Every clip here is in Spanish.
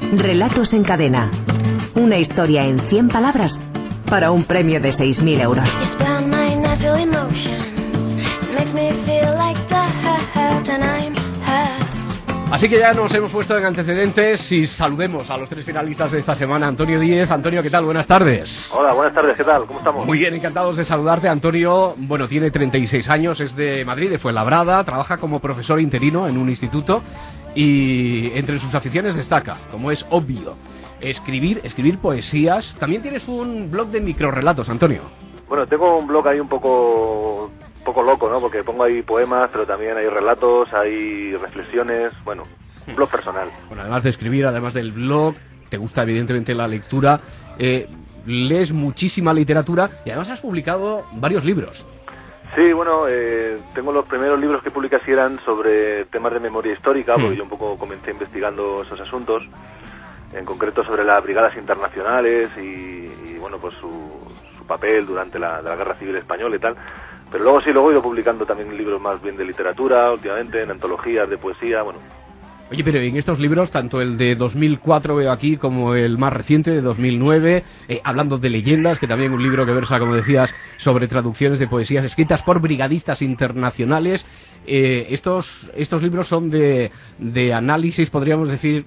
Relatos en cadena. Una historia en 100 palabras para un premio de 6.000 euros. Así que ya nos hemos puesto en antecedentes y saludemos a los 3 finalistas de esta semana. Antonio Díez. Antonio, ¿qué tal? Buenas tardes. Hola, buenas tardes, ¿qué tal? ¿Cómo estamos? Muy bien, encantados de saludarte. Antonio, bueno, tiene 36 años, es de Madrid, de Fuenlabrada, trabaja como profesor interino en un instituto y entre sus aficiones destaca, como es obvio, escribir poesías. También tienes un blog de microrrelatos, Antonio. Bueno, tengo un blog ahí un poco loco, ¿no? Porque pongo ahí poemas, pero también hay relatos, hay reflexiones, bueno, un blog personal. Bueno, además de escribir, además del blog, te gusta evidentemente la lectura, lees muchísima literatura y además has publicado varios libros. Sí, bueno, tengo los primeros libros que publiqué así eran sobre temas de memoria histórica, porque yo un poco comencé investigando esos asuntos, en concreto sobre las brigadas internacionales y bueno, pues su papel durante la Guerra Civil Española y tal. Pero luego he ido publicando también libros más bien de literatura, últimamente, en antologías de poesía, bueno. Oye, pero en estos libros, tanto el de 2004 veo aquí, como el más reciente, de 2009, hablando de leyendas, que también un libro que versa, como decías, sobre traducciones de poesías escritas por brigadistas internacionales. Estos libros son de análisis, podríamos decir,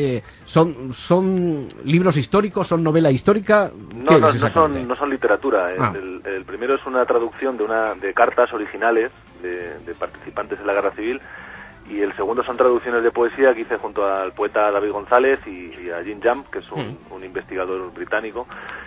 son libros históricos, son novela histórica. No son literatura. El primero es una traducción de cartas originales de participantes en la Guerra Civil, y el segundo son traducciones de poesía que hice junto al poeta David González y a Jim Jam, que es un investigador británico,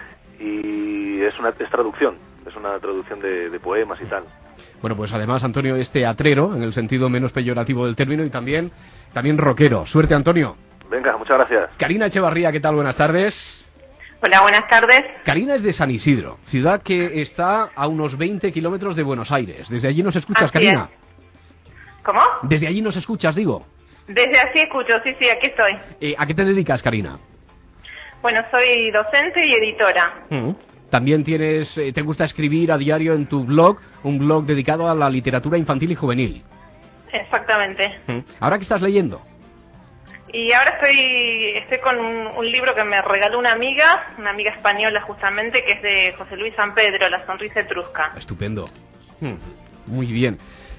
y es una traducción de poemas y tal. Bueno, pues además, Antonio, es teatrero, en el sentido menos peyorativo del término, y también rockero. Suerte, Antonio. Venga, muchas gracias. Karina Echevarría, ¿qué tal? Buenas tardes. Hola, buenas tardes. Karina es de San Isidro, ciudad que está a unos 20 kilómetros de Buenos Aires. ¿Desde allí nos escuchas, Así Karina? Es. ¿Cómo? Desde allí nos escuchas, digo. Desde así escucho, sí, aquí estoy. ¿A qué te dedicas, Karina? Bueno, soy docente y editora. También te gusta escribir a diario en tu blog, un blog dedicado a la literatura infantil y juvenil. Exactamente. ¿Ahora qué estás leyendo? Y ahora estoy con un libro que me regaló una amiga española justamente, que es de José Luis San Pedro, La sonrisa etrusca. Estupendo. Muy bien.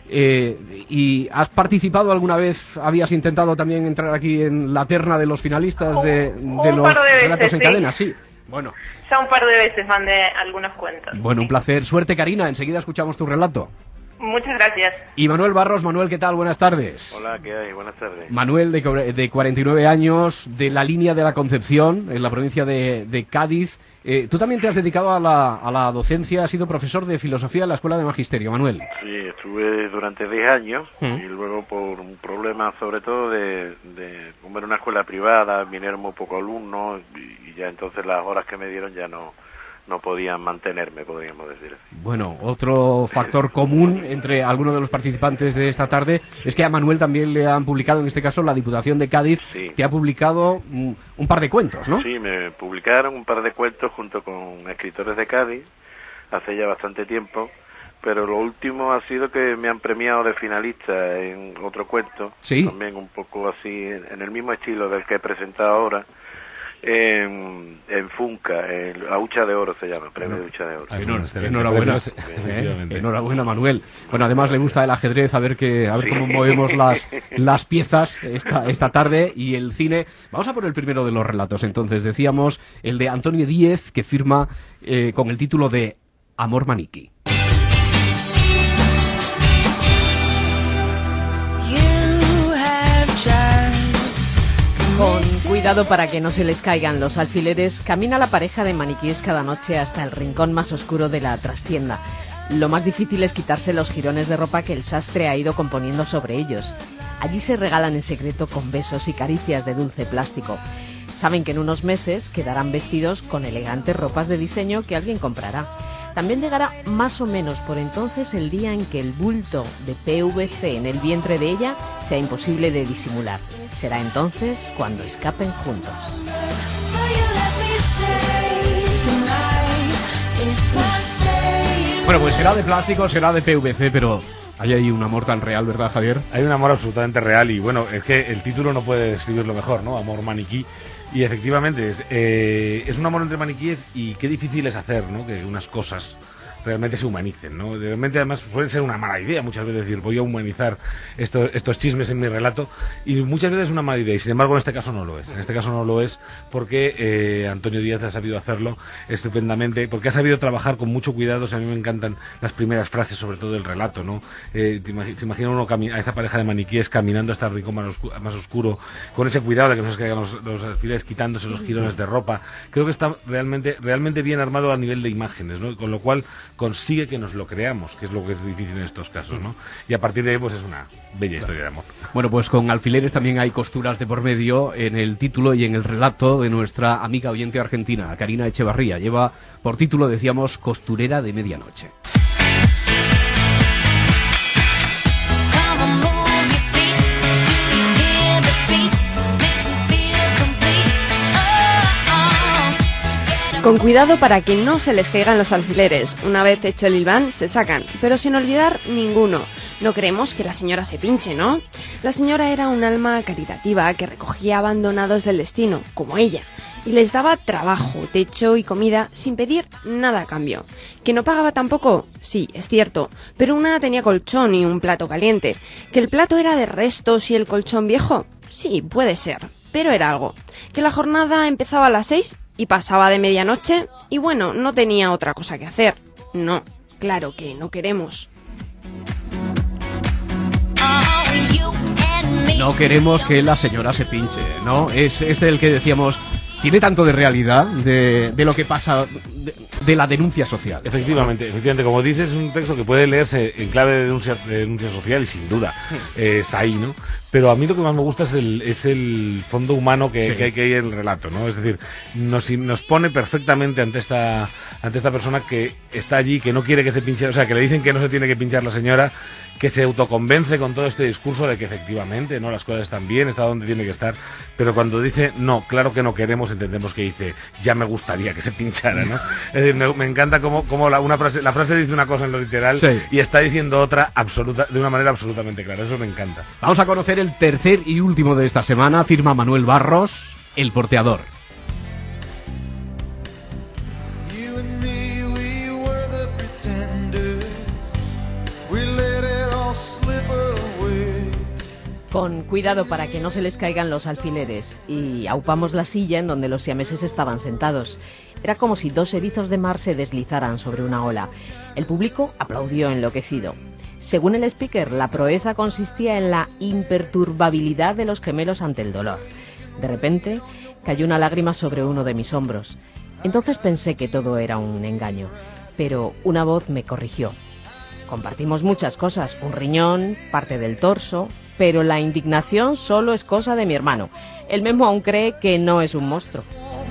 ¿Y has participado alguna vez, habías intentado también entrar aquí en la terna de los finalistas de los relatos en cadena? Sí. Bueno. Ya un par de veces mandé algunos cuentos. Bueno, un placer. Suerte, Karina. Enseguida escuchamos tu relato. Muchas gracias. Y Manuel Barros. Manuel, ¿qué tal? Buenas tardes. Hola, ¿qué hay? Buenas tardes. Manuel, de 49 años, de la línea de la Concepción, en la provincia de Cádiz. Tú también te has dedicado a la docencia, has sido profesor de filosofía en la Escuela de Magisterio, Manuel. Sí, estuve durante 10 años y luego por un problema sobre todo como era una escuela privada, vinieron muy pocos alumnos y ya entonces las horas que me dieron ya no podían mantenerme, podríamos decir así. Bueno, otro factor común entre algunos de los participantes de esta tarde es que a Manuel también le han publicado, en este caso la Diputación de Cádiz, te ha publicado un par de cuentos, ¿no? Sí, me publicaron un par de cuentos junto con escritores de Cádiz, hace ya bastante tiempo, pero lo último ha sido que me han premiado de finalista en otro cuento, también un poco así, en el mismo estilo del que he presentado ahora, en Funca, la Hucha de Oro se llama, premio de Hucha de Oro. Enhorabuena, enhorabuena, Manuel. Bueno, además le gusta el ajedrez, a ver cómo movemos las piezas esta tarde, y el cine. Vamos a por el primero de los relatos, entonces. Decíamos el de Antonio Díez, que firma con el título de Amor Maniquí. Con cuidado para que no se les caigan los alfileres, camina la pareja de maniquíes cada noche hasta el rincón más oscuro de la trastienda. Lo más difícil es quitarse los jirones de ropa que el sastre ha ido componiendo sobre ellos. Allí se regalan en secreto con besos y caricias de dulce plástico. Saben que en unos meses quedarán vestidos con elegantes ropas de diseño que alguien comprará. También llegará más o menos por entonces el día en que el bulto de PVC en el vientre de ella sea imposible de disimular. Será entonces cuando escapen juntos. Bueno, pues será de plástico, será de PVC, pero Hay ahí un amor tan real, ¿verdad, Javier? Hay un amor absolutamente real y bueno, es que el título no puede describirlo mejor, ¿no? Amor maniquí. Y efectivamente es un amor entre maniquíes y qué difícil es hacer, ¿no? Que unas cosas realmente se humanicen, ¿no? Realmente además suele ser una mala idea muchas veces decir voy a humanizar estos chismes en mi relato y muchas veces es una mala idea y sin embargo en este caso no lo es. En este caso no lo es porque Antonio Díaz ha sabido hacerlo estupendamente, porque ha sabido trabajar con mucho cuidado. O sea, a mí me encantan las primeras frases sobre todo del relato, ¿no? Se imagina uno a esa pareja de maniquíes caminando hasta el rincón más oscuro con ese cuidado de que no se caigan los alfileres, quitándose los jirones de ropa. Creo que está realmente bien armado a nivel de imágenes, ¿no? Con lo cual consigue que nos lo creamos, que es lo que es difícil en estos casos, ¿no? Y a partir de ahí pues es una bella historia de amor. Bueno, pues con alfileres también hay costuras de por medio en el título y en el relato de nuestra amiga oyente argentina, Karina Echevarría. Lleva por título, decíamos, Costurera de medianoche. Con cuidado para que no se les caigan los alfileres. Una vez hecho el hilván, se sacan, pero sin olvidar ninguno. No queremos que la señora se pinche, ¿no? La señora era un alma caritativa que recogía abandonados del destino, como ella, y les daba trabajo, techo y comida sin pedir nada a cambio. ¿Que no pagaba tampoco? Sí, es cierto, pero una tenía colchón y un plato caliente. ¿Que el plato era de restos y el colchón viejo? Sí, puede ser, pero era algo. ¿Que la jornada empezaba a las 6? Y pasaba de medianoche y bueno, no tenía otra cosa que hacer. No, claro que no queremos. No queremos que la señora se pinche, ¿no? Es el que decíamos, tiene tanto de realidad de lo que pasa, de la denuncia social. Efectivamente, como dices, es un texto que puede leerse en clave de denuncia social y sin duda está ahí, ¿no? Pero a mí lo que más me gusta es el fondo humano que hay en el relato, ¿no? Es decir, nos pone perfectamente ante esta persona que está allí, que no quiere que se pinche, o sea, que le dicen que no se tiene que pinchar la señora, que se autoconvence con todo este discurso de que efectivamente, ¿no? Las cosas están bien, está donde tiene que estar, pero cuando dice, no, claro que no queremos, entendemos que dice, ya me gustaría que se pinchara, ¿no? Es decir, me encanta cómo la frase dice una cosa en lo literal y está diciendo otra de una manera absolutamente clara. Eso me encanta. Vamos a conocer el tercer y último de esta semana. Firma Manuel Barros, El porteador. Con cuidado para que no se les caigan los alfileres y aupamos la silla en donde los siameses estaban sentados. Era como si dos erizos de mar se deslizaran sobre una ola. El público aplaudió enloquecido. Según el speaker, la proeza consistía en la imperturbabilidad de los gemelos ante el dolor. De repente, cayó una lágrima sobre uno de mis hombros. Entonces pensé que todo era un engaño, pero una voz me corrigió. Compartimos muchas cosas, un riñón, parte del torso, pero la indignación solo es cosa de mi hermano. El Memo aún cree que no es un monstruo.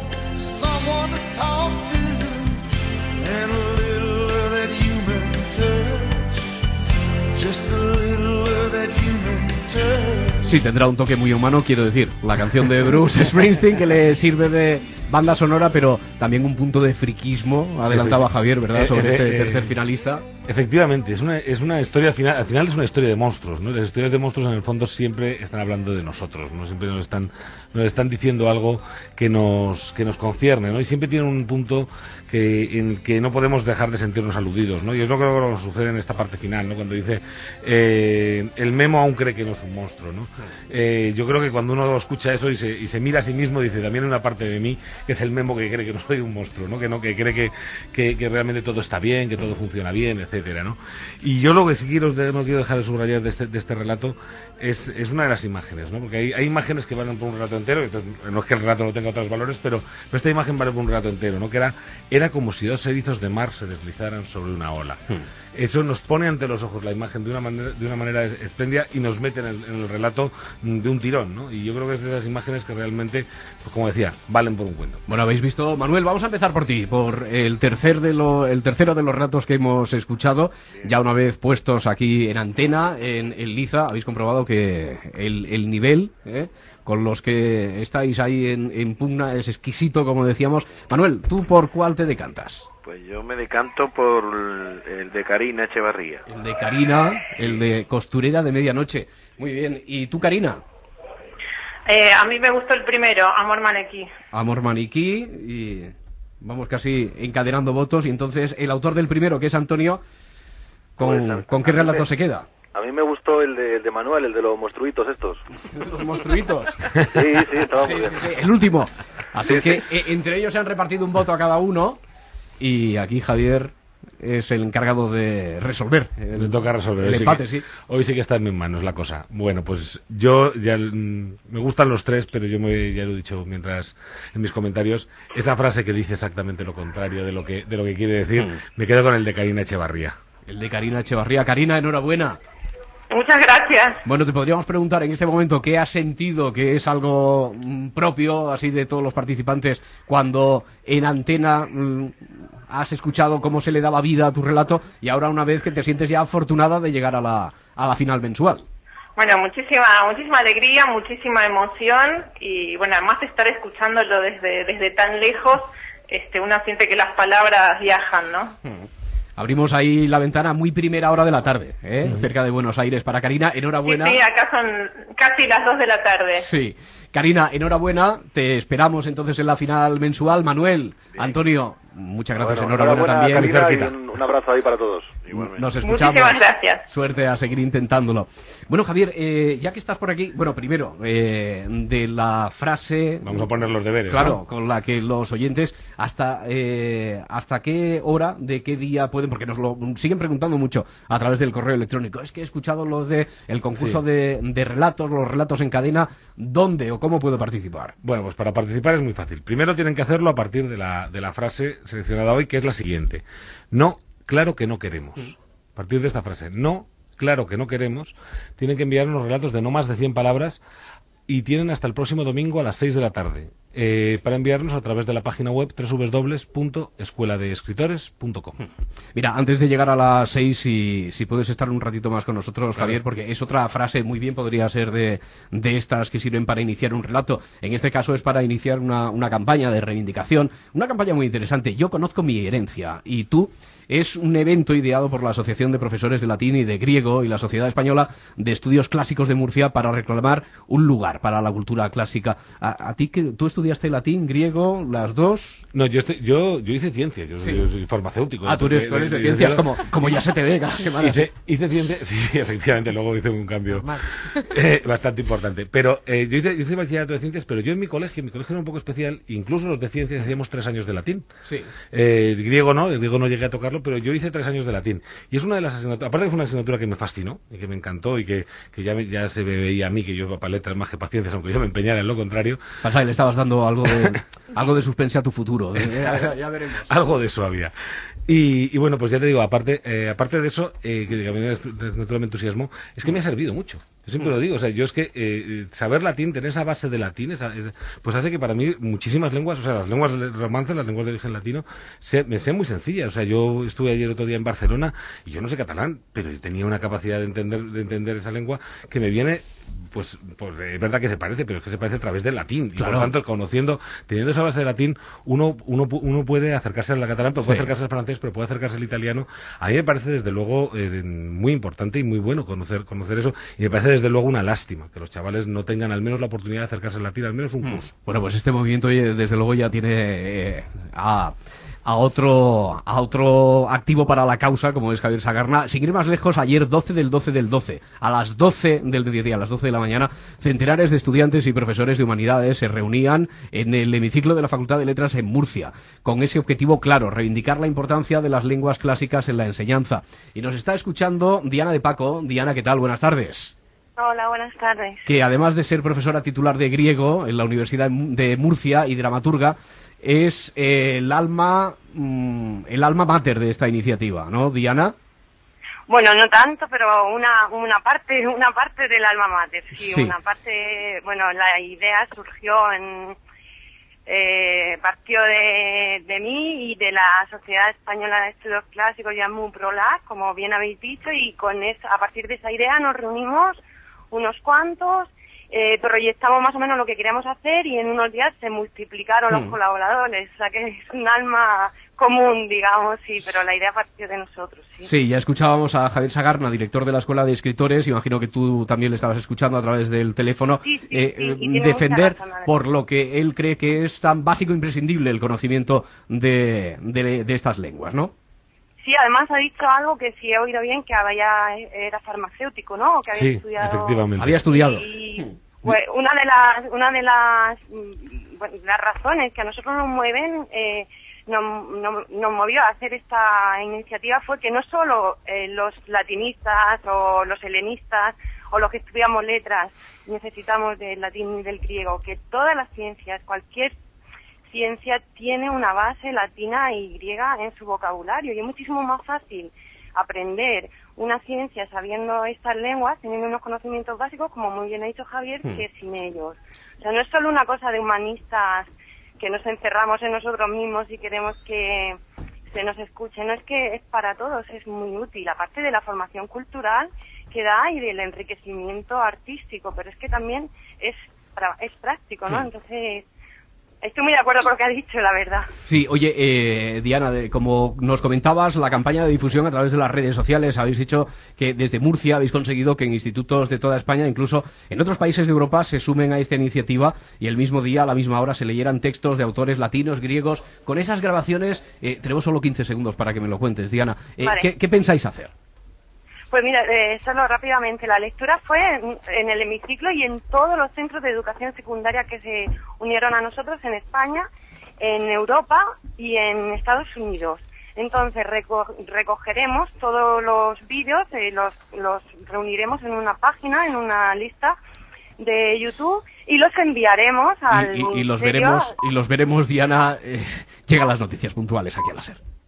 Sí, tendrá un toque muy humano, quiero decir, la canción de Bruce Springsteen que le sirve de banda sonora, pero también un punto de friquismo, adelantaba Javier, ¿verdad?, sobre este tercer finalista. Efectivamente, es una historia, al final es una historia de monstruos, ¿no? Las historias de monstruos en el fondo siempre están hablando de nosotros, ¿no? Siempre nos están diciendo algo que nos concierne, ¿no? Y siempre tienen un punto en que no podemos dejar de sentirnos aludidos, ¿no? Y es lo que nos sucede en esta parte final, ¿no? Cuando dice, el Memo aún cree que no es un monstruo, ¿no? Yo creo que cuando uno escucha eso y se mira a sí mismo, dice, también hay una parte de mí que es el Memo que cree que no soy un monstruo, ¿no? Que cree que realmente todo está bien, que todo funciona bien, etcétera, ¿no? Y yo lo que sí no quiero dejar de subrayar de este relato es una de las imágenes, ¿no? Porque hay imágenes que valen por un relato entero, entonces, no es que el relato no tenga otros valores, pero esta imagen vale por un relato entero, ¿no? Que era como si dos erizos de mar se deslizaran sobre una ola. Eso nos pone ante los ojos la imagen de una manera espléndida y nos mete en el relato de un tirón, ¿no? Y yo creo que es de esas imágenes que realmente, pues como decía, valen por un cuento. Bueno, habéis visto, Manuel, vamos a empezar por ti, por el tercero de los relatos que hemos escuchado, ya una vez puestos aquí en antena, en Liza, habéis comprobado que que el nivel con los que estáis ahí en pugna es exquisito, como decíamos. Manuel, ¿tú por cuál te decantas? Pues yo me decanto por el de Karina Echevarría. El de Karina, el de Costurera de Medianoche. Muy bien. ¿Y tú, Karina? A mí me gustó el primero, Amor Maniquí. Amor Maniquí, y vamos casi encadenando votos. Y entonces, el autor del primero, que es Antonio, ¿con qué relato se queda? A mí me gustó el de Manuel, el de los monstruitos estos. ¿Los monstruitos? Sí, estaba muy bien. Sí, el último. Así que entre ellos se han repartido un voto a cada uno. Y aquí Javier es el encargado de resolver. Me toca resolver. El empate, sí. Hoy sí que está en mis manos la cosa. Bueno, pues yo ya me gustan los tres, pero yo ya lo he dicho mientras en mis comentarios, esa frase que dice exactamente lo contrario de lo que quiere decir, me quedo con el de Karina Echevarría. El de Karina Echevarría. Karina, enhorabuena. Muchas gracias. Bueno, te podríamos preguntar en este momento qué has sentido, que es algo propio así de todos los participantes, cuando en antena has escuchado cómo se le daba vida a tu relato, y ahora una vez que te sientes ya afortunada de llegar a la final mensual. Bueno, muchísima alegría, muchísima emoción, y bueno, además de estar escuchándolo desde tan lejos, uno siente que las palabras viajan, ¿no? Abrimos ahí la ventana muy primera hora de la tarde, cerca de Buenos Aires para Karina. Enhorabuena. Sí, acá son casi las 2 de la tarde. Sí. Karina, enhorabuena. Te esperamos entonces en la final mensual. Manuel, bien. Antonio, muchas gracias. Bueno, enhorabuena también. Karina, y un abrazo ahí para todos. Igualmente. Nos escuchamos. Muchísimas gracias. Suerte a seguir intentándolo. Bueno, Javier, ya que estás por aquí, bueno, primero, de la frase... Vamos a poner los deberes, claro, ¿no? Con la que los oyentes, hasta qué hora, de qué día pueden, porque nos lo siguen preguntando mucho a través del correo electrónico. Es que he escuchado lo de el concurso de relatos, los relatos en cadena. ¿Dónde o cómo puedo participar? Bueno, pues para participar es muy fácil. Primero tienen que hacerlo a partir de la frase seleccionada hoy, que es la siguiente. No, claro que no queremos. A partir de esta frase, no, claro que no queremos, tienen que enviarnos relatos de no más de 100 palabras y tienen hasta el próximo domingo a las 6 de la tarde para enviarnos a través de la página web www.escueladeescritores.com. Mira, antes de llegar a las 6, si puedes estar un ratito más con nosotros, claro, Javier, porque es otra frase muy bien, podría ser de estas que sirven para iniciar un relato. En este caso es para iniciar una campaña de reivindicación, una campaña muy interesante. Yo conozco mi herencia, y tú... Es un evento ideado por la Asociación de Profesores de Latín y de Griego y la Sociedad Española de Estudios Clásicos de Murcia para reclamar un lugar para la cultura clásica. ¿A ti, que tú estudiaste latín, griego, las dos? No, yo hice ciencias, yo soy farmacéutico. Tú eres de ciencias, como ya se te ve cada semana. Hice ciencias, sí, efectivamente, luego hice un cambio bastante importante. Pero yo hice bachillerato de ciencias, pero yo en mi colegio era un poco especial, incluso los de ciencias hacíamos 3 años de latín. Sí. El griego no llegué a tocarlo, pero yo hice 3 años de latín. Y es una de las asignaturas, aparte que fue una asignatura que me fascinó y que me encantó y que ya se veía a mí que yo iba para letras más que para ciencias, aunque yo me empeñara en lo contrario. Pasa que le estabas dando algo de suspense a tu futuro. Ya veremos. Algo de eso había. Y bueno, pues ya te digo, aparte de eso, que a mí me entusiasmó, es que me ha servido mucho. Yo siempre lo digo, o sea, yo es que saber latín, tener esa base de latín, pues hace que para mí muchísimas lenguas, o sea, las lenguas de romance, las lenguas de origen latino, me sean muy sencillas. O sea, yo estuve ayer otro día en Barcelona y yo no sé catalán, pero tenía una capacidad de entender esa lengua que me viene, pues es verdad que se parece, pero es que se parece a través del latín. Claro. Y por tanto, teniendo esa base de latín, uno puede acercarse al catalán, pero puede acercarse al francés, pero puede acercarse al italiano. A mí me parece desde luego muy importante y muy bueno conocer eso, y me parece desde luego una lástima que los chavales no tengan al menos la oportunidad de acercarse al latín, al menos un curso. Bueno, pues este movimiento desde luego ya tiene a otro activo para la causa, como es Javier Sagarna. Sin ir más lejos, ayer 12 del 12, a las 12 del mediodía, a las 12 de la mañana, centenares de estudiantes y profesores de humanidades se reunían en el hemiciclo de la Facultad de Letras en Murcia, con ese objetivo claro, reivindicar la importancia de las lenguas clásicas en la enseñanza. Y nos está escuchando Diana de Paco. Diana, ¿qué tal? Buenas tardes. Hola, buenas tardes. Que además de ser profesora titular de griego en la Universidad de Murcia y dramaturga, es el alma mater de esta iniciativa, ¿no, Diana? Bueno, no tanto, pero una parte del alma mater, sí. Una parte, bueno, la idea surgió partió de mí y de la Sociedad Española de Estudios Clásicos, ya muy PROLAC, como bien habéis dicho, y con eso, a partir de esa idea nos reunimos unos cuantos, proyectamos más o menos lo que queríamos hacer y en unos días se multiplicaron los colaboradores, o sea que es un alma común, digamos, sí, pero la idea partió de nosotros, sí. Sí, ya escuchábamos a Javier Sagarna, director de la Escuela de Escritores, imagino que tú también le estabas escuchando a través del teléfono, sí, defender por lo que él cree que es tan básico e imprescindible el conocimiento de estas lenguas, ¿no? Sí, además ha dicho algo que si he oído bien, que era farmacéutico, ¿no? O que había estudiado. Efectivamente. Había estudiado. Y pues, una de las razones que a nosotros nos mueven, nos movió a hacer esta iniciativa fue que no solo los latinistas o los helenistas o los que estudiamos letras necesitamos del latín y del griego, que todas las ciencias, cualquier ciencia tiene una base latina y griega en su vocabulario y es muchísimo más fácil aprender una ciencia sabiendo estas lenguas, teniendo unos conocimientos básicos, como muy bien ha dicho Javier, que sin ellos. O sea, no es solo una cosa de humanistas que nos encerramos en nosotros mismos y queremos que se nos escuche, no, es que es para todos, es muy útil, aparte de la formación cultural que da y del enriquecimiento artístico, pero es que también es práctico, ¿no? Entonces, estoy muy de acuerdo con lo que ha dicho, la verdad. Sí, oye, Diana, como nos comentabas, la campaña de difusión a través de las redes sociales, habéis dicho que desde Murcia habéis conseguido que en institutos de toda España, incluso en otros países de Europa, se sumen a esta iniciativa y el mismo día, a la misma hora, se leyeran textos de autores latinos, griegos. Con esas grabaciones, tenemos solo 15 segundos para que me lo cuentes, Diana. Vale. ¿Qué pensáis hacer? Pues mira, solo rápidamente, la lectura fue en el hemiciclo y en todos los centros de educación secundaria que se unieron a nosotros en España, en Europa y en Estados Unidos. Entonces recogeremos todos los vídeos, los reuniremos en una página, en una lista de YouTube y los enviaremos al y los veremos, Diana, llegan las noticias puntuales aquí a la SER.